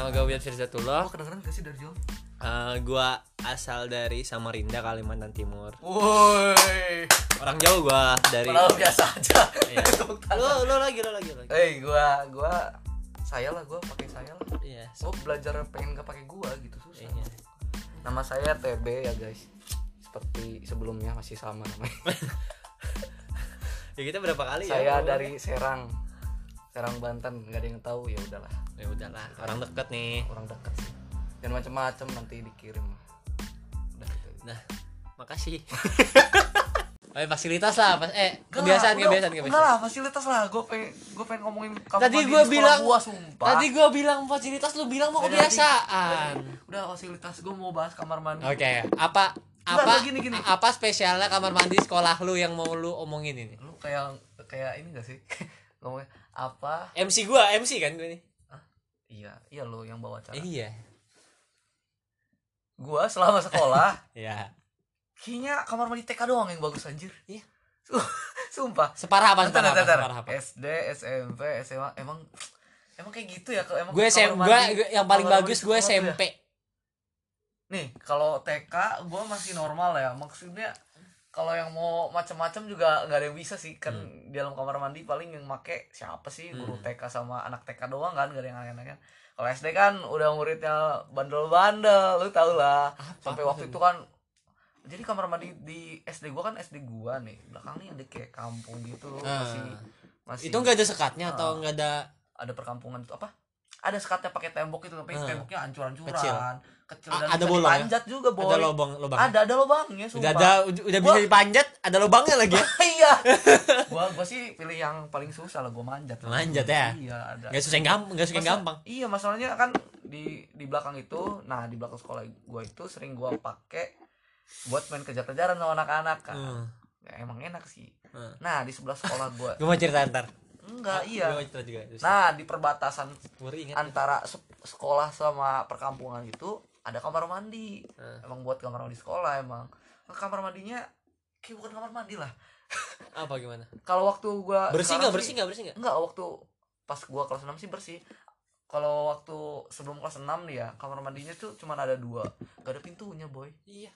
nama gue Wian Firzatullah. Kedengeran gak sih dari jauh? Gue asal dari Samarinda, Kalimantan Timur. Woi. Orang jauh gue dari. Padahal biasa aja. Iya. Lo lagi. Gua saya lah, gua pakai saya lah. Iya. Gua belajar pengen gak pakai gua gitu, susah. Iya. Nama saya TB ya guys. Seperti sebelumnya masih sama namanya. Ya kita berapa kali Saya ya? dari Serang Banten, nggak ada yang tahu, ya udahlah. Ya udahlah, orang deket nih. Orang dekat sih. Dan macam-macam nanti dikirim. Udah gitu. Nah, makasih. Fasilitas lah, kebiasaan. Enggak lah, fasilitas lah. Gue pengen ngomongin kamar Tadi mandi gue di bilang, sekolah gua, sumpah. Tadi gue bilang fasilitas, lu bilang mau kebiasaan. Udah fasilitas, gue mau bahas kamar mandi. Oke, Gini. apa spesialnya kamar mandi sekolah lu yang mau lu omongin ini? Lu kayak ini gak sih? Ngomongnya apa? MC kan gue nih. Iya lo yang bawa acara. Iya. Gua selama sekolah Iya. kayaknya kamar mandi TK doang yang bagus anjir. Iya. Sumpah. Separah apa? SD, SMP, SMA emang kayak gitu ya. Emang Gue yang paling bagus gue SMP. Ya? Nih, kalau TK gue masih normal ya. Maksudnya kalau yang mau macam-macam juga nggak ada yang bisa sih kan. Di dalam kamar mandi paling yang make siapa sih, guru TK sama anak TK doang kan, nggak ada yang aneh-aneh. Kalau SD kan udah muridnya bandel-bandel, lu tau lah. Sampai waktu itu kan, jadi kamar mandi di SD gue kan, SD gue nih belakang nih ada kayak kampung gitu loh. Masih itu nggak ada sekatnya atau nggak ada perkampungan itu apa? Ada sekatnya pakai tembok itu, tapi temboknya hancur-hancuran, kecil dan ada bisa bolong dipanjat ya? Juga, boy. Ada lubang. Ada lubangnya, sumpah. Udah bisa dipanjat, ada lubangnya lagi ya? Iya. Gua sih pilih yang paling susah lah, gua manjat. Manjat ya? Iya, ada. Gak susah yang gampang. Iya, masalahnya kan di belakang itu, nah di belakang sekolah gua itu sering gua pakai buat main kejar-kejaran sama anak-anak kan. Ya, emang enak sih. Nah, di sebelah sekolah gua. Gua mau cerita ntar. Enggak, iya. Juga. Nah, di perbatasan antara sekolah sama perkampungan itu ada kamar mandi. Emang buat kamar mandi sekolah emang. Kamar mandinya kayak bukan kamar mandi lah. Apa gimana? Kalau waktu gua bersih nggak? Enggak, waktu pas gua kelas 6 sih bersih. Kalau waktu sebelum kelas 6 nih ya, kamar mandinya tuh cuma ada 2. Gak ada pintunya, boy. Iya.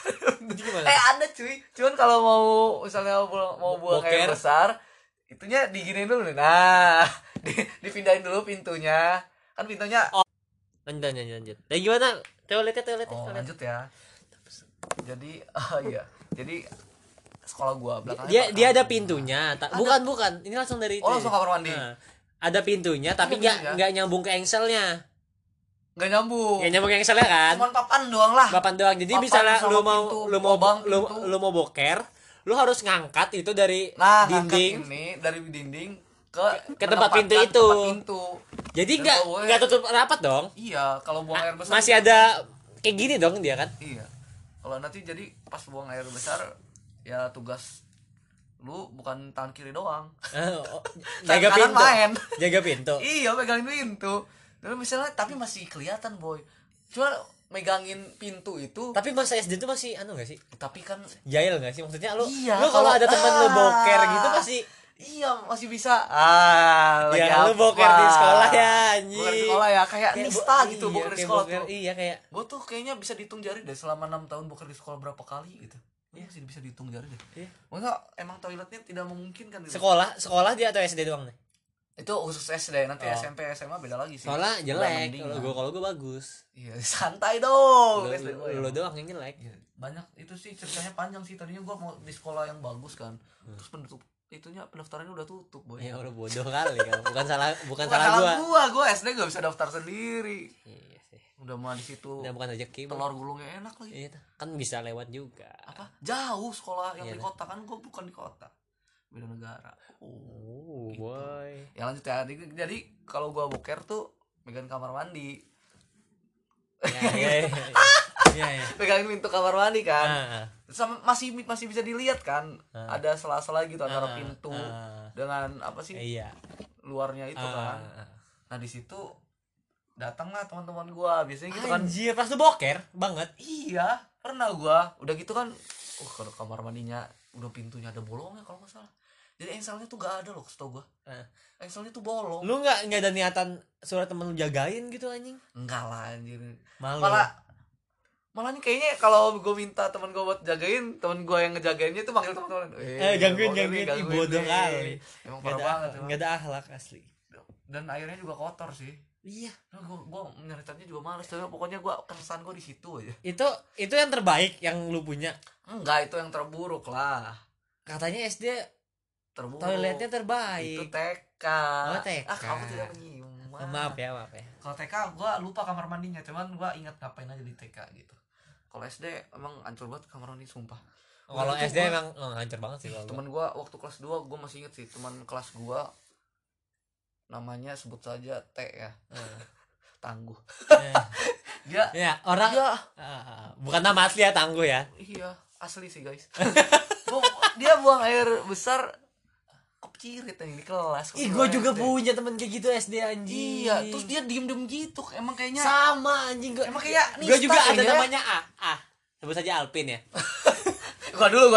Ada cuy. Cuman kalau mau misalnya mau buang air besar, itunya diginiin dulu nih. Nah, dipindahin dulu pintunya. Kan pintunya. Lanjut. Ya gimana? Toiletnya. Lanjut ya. Jadi, iya. Jadi sekolah gua belakangnya. Dia ada pintunya. Bukan. Ini langsung dari itu. Langsung kamar mandi. Nah, ada pintunya tapi enggak nyambung ke engselnya. Enggak nyambung ke engselnya kan? Cuman papan doang. Jadi misalnya lu mau boker, lu harus ngangkat itu dari dinding. Dari dinding ke tempat pintu itu. Jadi enggak tutup rapat dong. Iya, kalau buang air besar masih ada kayak gini dong dia kan. Iya. Kalau nanti jadi pas buang air besar ya tugas lu bukan tangan kiri doang. Jaga pintu. Jaga pintu. Iya, megangin pintu. Dan misalnya tapi masih kelihatan, boy. Cuma megangin pintu itu. Tapi masa SD itu masih enggak sih? Tapi kan jahil enggak sih? Maksudnya lu iya, kalau ada teman lu boker gitu pasti. Iya, masih bisa. Ya, lu boker di sekolah ya, anjing. Boker di sekolah ya, kayak nista gitu boker di sekolah tuh. Iya, kayak gua tuh kayaknya bisa dihitung jari deh selama 6 tahun boker di sekolah berapa kali gitu. Iya, masih bisa dihitung jari deh. Iya. Maksudnya emang toiletnya tidak memungkinkan gitu. Sekolah dia atau SD doang nih? Itu khusus SD, nanti SMP SMA beda lagi sih. Soalnya jelek. Kalau gue bagus. Iya, santai dong. Lu doang yang jelek. Iya. Banyak itu sih ceritanya panjang sih. Tadinya gua mau di sekolah yang bagus kan. Terus pendaftarannya udah tutup, boy. Ya udah bodoh kali kan. Bukan salah gua. Gua SD enggak bisa daftar sendiri. Iya sih. Udah mah di situ. Udah bukan rezeki. Telur gulungnya enak lagi. Iya, kan bisa lewat juga. Apa? Jauh sekolah yang di kota kan, gua bukan di kota. Beda negara. Gitu. Boy. Ya lanjut ya. Jadi kalau gua boker tuh megang kamar mandi. Iya. Pegangin pintu kamar mandi kan. Sama masih bisa dilihat kan. Ada sela-sela gitu antara pintu dengan apa sih? Iya. Luarnya itu kan. Nah, di situ datanglah teman-teman gua. Biasanya gitu kan. Anjir, pas lu boker banget. Iya, pernah gua. Udah gitu kan. Kalau kamar mandinya udah pintunya ada bolongnya kalau enggak salah. Jadi engselnya tuh gak ada loh setahu gua. Eh. Engselnya tuh bolong. Lu nggak ada niatan surat temen lu jagain gitu anjing? Enggak lah anjir. Malu. Malah nih kayaknya kalau gue minta teman gue buat jagain, teman gue yang ngejagainnya tuh manggil teman-teman. Gangguin ih, bodoh kali. Emang Nggak parah ada, banget emang. nggak ada akhlak asli. Dan airnya juga kotor sih. Iya. Nah, gue nyeritanya juga males, tapi pokoknya gue keresahan gue di situ aja. Itu yang terbaik yang lu punya. Enggak, itu yang terburuk lah. Katanya SD Terburuk. toiletnya terbaik. Itu TK. Oh, TK. Kamu tidak menyimak. Maaf ya. Kalau TK gue lupa kamar mandinya, cuman gue ingat ngapain aja di TK gitu. Kalau SD emang hancur banget kamar mandi sumpah. Kalau Itu SD emang hancur banget sih kalau. Temen gue waktu kelas 2 gue masih inget sih, teman kelas gue namanya sebut saja T ya. Tangguh. Dia ya orang bukan nama asli ya, Tangguh ya. Iya asli sih guys. Dia buang air besar kecirit yang di kelas. Ih, gue juga punya temen kayak gitu SD anjing. Iya, terus dia diem gitu, emang kayaknya sama anjing gue. Emang kayak gue juga ada ya? namanya sebut saja Alpin ya. Gua dulu.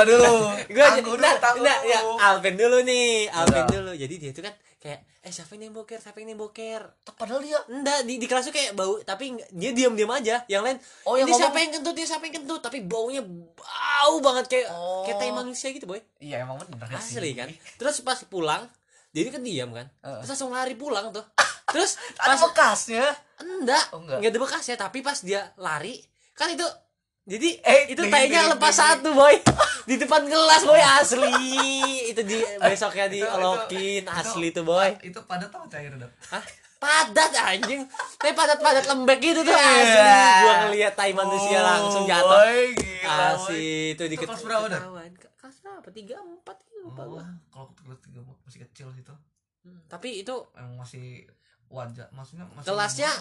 Gue ya Alvin dulu nih, Alvin dulu. Jadi dia tuh kan kayak siapa yang boker, Padahal dia enggak di kelas tuh kayak bau, tapi dia diam aja. Yang lain yang ini siapa yang kentut, tapi baunya bau banget kayak tai manusia gitu, boy. Iya emang bener Asli kan. Terus pas pulang dia kan diam kan. Terus langsung lari pulang tuh. Terus ada bekasnya. Enggak ada bekasnya, tapi pas dia lari kan itu jadi itu ding, tainya lepas satu, boy. Di depan kelas, boy, asli. Itu di besoknya diolokin, asli tuh, boy. Itu padat apa cair, Dok? Hah? Padat anjing. Tapi padat lembek gitu tuh, asli. Gua ngeliat tai manusia langsung jatuh. Boy, gila, asli itu dikit. Kelas berapa, Dok? Kelas berapa? 3, 4 gitu lupa gua. Kalau kelas 3 masih kecil situ. Tapi itu Emang masih wajar, maksudnya masih kelasnya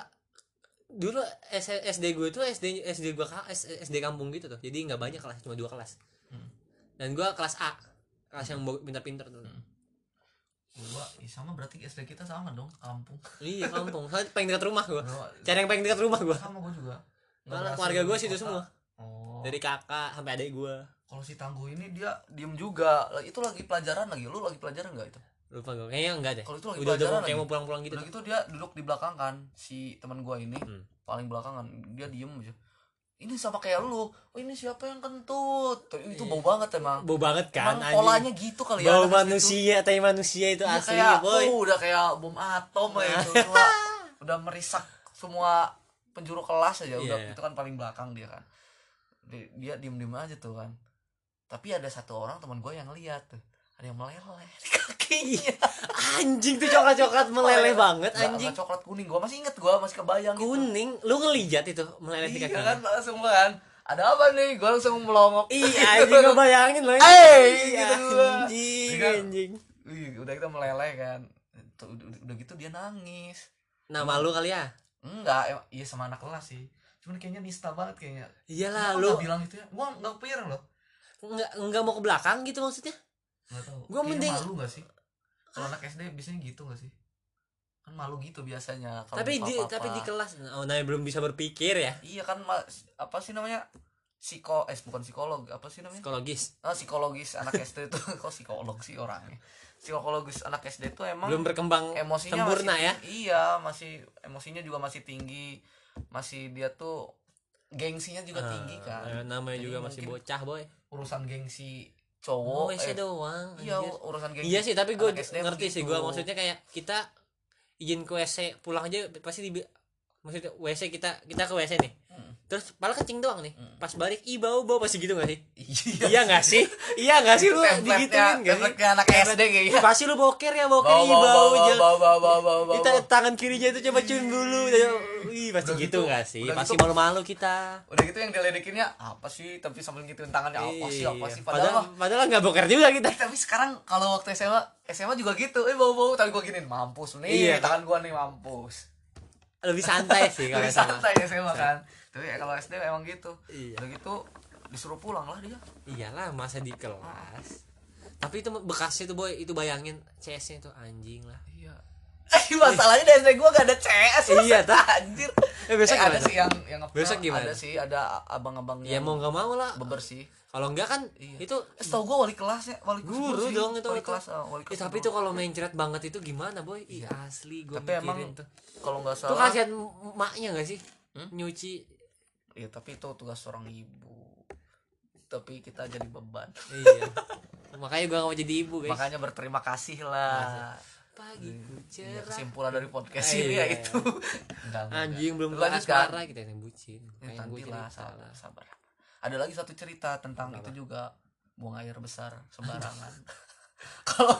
dulu SD gue tuh SD kampung gitu tuh, jadi nggak banyak kelas, cuma 2 kelas. Dan gue kelas A, kelas yang pintar-pintar tuh. Gua sama, berarti SD kita sama dong, kampung. Iya, kampung. Soalnya paling dekat rumah gue, cari yang paling dekat rumah gue. Sama gue juga. Malah keluarga gue situ semua, dari Oh. kakak sampai adik gue. Kalau si Tangguh ini dia diem juga. Itu lagi pelajaran lagi. Lu lagi pelajaran nggak itu? Lupa gue, kayaknya enggak deh. Kalau itu lagi udah pelajaran kayak lagi. mau pulang-pulang gitu. Udah gitu dia duduk di belakang kan, si teman gua ini paling belakangan, dia diem aja. Ini sama kayak lu. Oh, ini siapa yang kentut? Tuh, itu bau banget emang. Bau banget kan, Emang polanya gitu kali ya. bau anak manusia, tai manusia itu Iya, asli, kayak, boy. udah kayak bom atom ya itu. Udah merisak semua penjuru kelas aja. Udah Iya. itu kan paling belakang dia kan. Dia diem-diem aja tuh kan. Tapi ada satu orang teman gue yang lihat tuh, ada yang meleleh di kakinya. Anjing tuh coklat meleleh banget anjing. Nggak coklat kuning, gue masih inget, gue masih kebayang gitu. Kuning, lu ngeliat itu meleleh di Iya kaki. kan, langsung kan ada apa nih, gue langsung melongok. Iya, anjing gue bayangin loh. Gitu gua. Anjing, Kan, anjing. udah kita meleleh kan. Udah gitu dia nangis. Nah, malu kali ya? Enggak, iya sama anak kelas sih. Cuman kayaknya nista banget kayaknya. Iyalah, Lu lu bilang itu ya, gue nggak kepikiran loh. enggak mau ke belakang gitu maksudnya? Nggak tahu. Gua Kayaknya mending- malu nggak sih? Kalau anak SD biasanya gitu nggak sih? Kan malu gitu biasanya. Kalau Tapi buka apa-apa. tapi di kelas, namanya belum bisa berpikir ya. Iya kan, apa sih namanya? Bukan psikolog, apa sih namanya? Psikologis. Psikologis anak SD itu. Kok psikolog sih orangnya? Psikologis anak SD itu emang Belum berkembang emosinya sempurna masih, ya. Iya, masih emosinya juga masih tinggi. Masih dia tuh gengsinya juga tinggi kan. Namanya Jadi juga masih mungkin bocah, boy. Urusan gengsi Oh, cowok WC doang. iya, anjir. urusan gengsi. Iya sih, tapi gue anak SD ngerti sih, begitu. gue maksudnya kayak kita izin ke WC pulang aja pasti maksudnya WC kita ke WC nih. Terus padahal kencing doang nih. Pas balik bau pasti gitu gak sih? Iya gak sih? Iya gak sih, lu digituin gak sih? Template-nya anak SD kayaknya. Pasti lu boker ya, bau. Kita tangan kirinya itu coba cium dulu. Wih, pasti Udah gitu gitu- gak sih? udah Pasti gitu- malu-malu kita. Udah gitu yang diledekinnya apa sih, tapi sambil gituin tangannya apa sih Iya. padahal Padahal gak boker juga kita. tapi sekarang kalau waktu SMA juga gitu, bau-bau tapi gua giniin mampus nih, Iya, tangan gua nih mampus. Lebih santai sih kalau Lebih sama. santai SMA kan. Tapi kalau SD emang gitu. Iya. Udah gitu disuruh pulang lah dia. Iyalah, masa di kelas. Tapi itu bekasnya tuh, boy, itu bayangin CS-nya itu anjing lah. Iya. Masalahnya di SD gue gak ada CS. Iya tuh. Anjir. Besok ada gimana? sih yang Besok gimana? Ada sih, ada abang-abang Ya mau nggak mau lah. bebersih. Kalau enggak kan itu Setahu gue wali kelasnya, wali guru sih. dong itu. Wali kelas, wali kelas. Tapi itu kalau main cerat banget itu gimana boy? Iya asli gue Tapi emang tuh. kalau nggak Tuh salah. kasihan maknya nggak sih? Nyuci. Iya tapi itu tugas seorang ibu. Tapi kita jadi beban. Iya. Makanya gue gak mau jadi ibu guys. Makanya berterima kasih lah. Pagiku cerah. Kesimpulan dari podcast ini ya itu. Anjing belum Lanjut, asmara kita yang bucin. Ya, Kayak gue nantilah, cerita. sabar. Ada lagi satu cerita tentang itu juga, buang air besar sembarangan. Kalau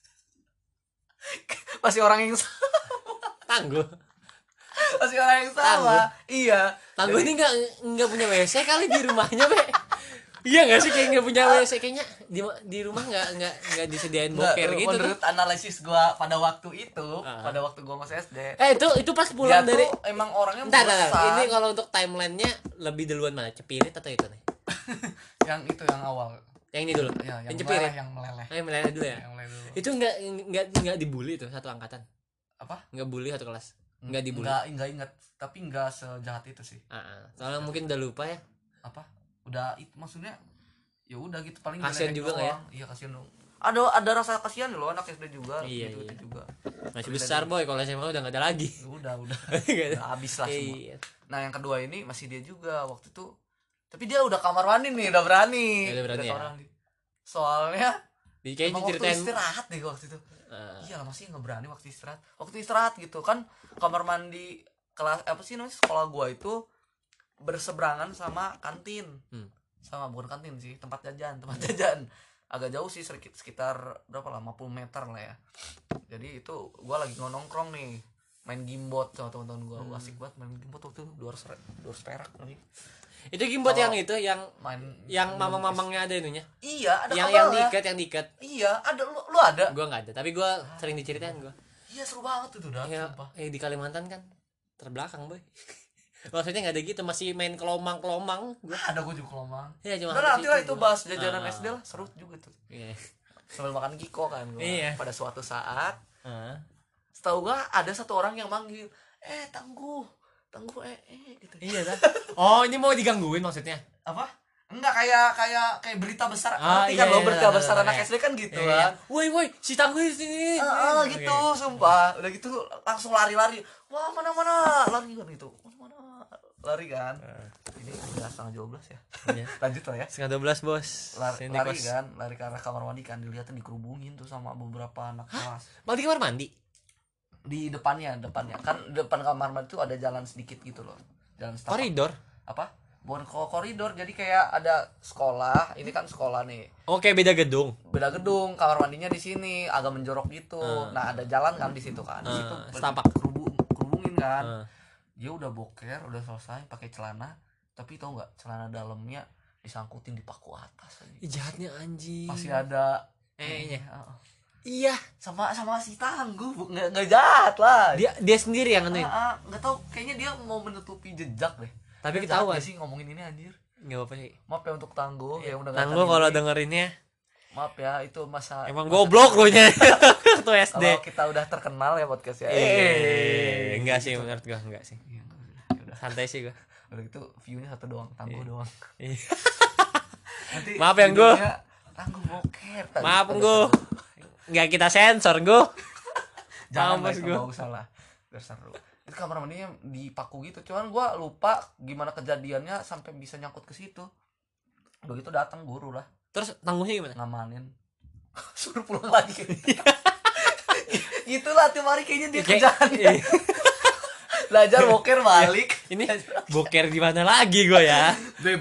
masih orang yang Tangguh. masih orang yang sama. Iya. Tangguh ini nggak punya WC kali di rumahnya be. Iya nggak sih kayak nggak punya WC kayaknya di rumah nggak disediain boker gitu. Menurut analisis gua pada waktu itu, pada waktu gua masih SD. Itu pas pulang dari emang orangnya Bentar, bosan. ini kalau untuk timelinenya lebih duluan mana? Cepirit atau itu nih? yang itu yang awal. Yang ini dulu. Ya, yang Cepirit. Yang meleleh. Yang meleleh dulu ya. Yang meleleh dulu. Itu nggak dibully tuh satu angkatan. Apa? Nggak bully satu kelas. Nggak dibully. Enggak ingat, tapi enggak sejahat itu sih. Soalnya mungkin udah lupa ya. Apa? Udah itu maksudnya ya udah gitu paling kasian juga nggak ya? Iya kasian dong. Ada rasa kasihan loh anak SD juga. Iya, gitu, iya. Itu juga. Masih besar boy, kalau SMA udah nggak ada lagi. Udah habis lah semua. Iya. Nah yang kedua ini masih dia juga waktu itu, tapi dia udah kamar mandi nih, udah berani. Udah berani ya? Soalnya Kayaknya waktu ceritain istirahat deh waktu itu. Iya lah masih nggak berani waktu istirahat gitu kan, kamar mandi kelas apa sih namanya sekolah gua itu berseberangan sama kantin. Sama bukan kantin sih, tempat jajan agak jauh sih, sekitar berapa lah 50 meter lah ya. Jadi itu gua lagi nongkrong nih main gimbot sama teman-teman gua. Asik banget main gimbot waktu itu 200 perak nih. Itu gimbot yang itu yang main yang mamang-mamangnya ada ininya. Iya, ada yang kabarnya. diikat. Iya, ada lu ada. Gua enggak ada, tapi gua sering diceritain gua. Iya, seru banget itu dah, Ya, sumpah. di Kalimantan kan terbelakang, boy. Maksudnya enggak ada gitu, masih main kelomang-kelomang gua. Ada gua juga kelomang. Iya, cuma udah nanti lah itu bahas jajanan SD lah, seru juga tuh. Iya. Sambil makan Kiko kan gua. Iya. Pada suatu saat, setahu gua ada satu orang yang manggil, Tangguh gitu. Iya dah. Oh, ini mau digangguin maksudnya? Apa? Enggak kayak berita besar. Ngerti iya, kan lo iya, berita iya, besar iya, anak iya. SD kan gitu Iya. kan. Woi, si Tangguh di sini. Gitu, sumpah. Udah gitu langsung lari-lari. Wah, mana-mana lari kan gitu. Mana-mana lari kan. Ini udah 11:30 ya. Iya. Lanjut lah ya. 11:30, Bos. Lari kan, lari ke arah kamar mandi kan, dilihatin dikerubungin tuh sama beberapa anak kelas. Mau di kamar mandi? Di depannya kan depan kamar mandi tuh ada jalan sedikit gitu loh. Jalan setapak. Koridor. Apa? Bukan koridor, jadi kayak ada sekolah. Ini kan sekolah nih. Oke, beda gedung. Beda gedung, kamar mandinya di sini, agak menjorok gitu. Nah, ada jalan kan di situ kan. Di situ setapak. kerubungin kan. Dia udah boker, udah selesai pakai celana, tapi tau nggak celana dalamnya disangkutin di paku atas aja. Jahatnya anjing. Masih ada Iya, sama si Tangguh, nggak jahat lah. dia sendiri yang anuin. Nggak tahu, kayaknya dia mau menutupi jejak deh. Tapi Dia ketahuan jahat sih ngomongin ini anjir. Enggak apa sih. Maaf ya untuk Tangguh yang udah Tangguh kalau dengerinnya maaf ya, itu masa emang goblok lo nya. Waktu SD. kalau kita udah terkenal ya podcast ya. Enggak sih menurut gua, enggak sih. Iya, udah. Santai sih gua. Udah itu view-nya satu doang, Tangguh doang. Iya. Nanti Maaf ya, Nggo. Tangguh boker. Maaf, Nggo. Enggak kita sensor, Nggo. Jangan Mampus, lah, Nggo. enggak usah lah. Biar seru. Itu kamar mandinya dipaku gitu. Cuman gua lupa gimana kejadiannya sampai bisa nyangkut ke situ. Begitu datang guru lah, Terus Tangguhnya gimana? ngamanin. Suruh pulang lagi. Itulah tiap hari kayaknya dia kerjaannya. Belajar boker balik. Ini boker di mana lagi gua ya?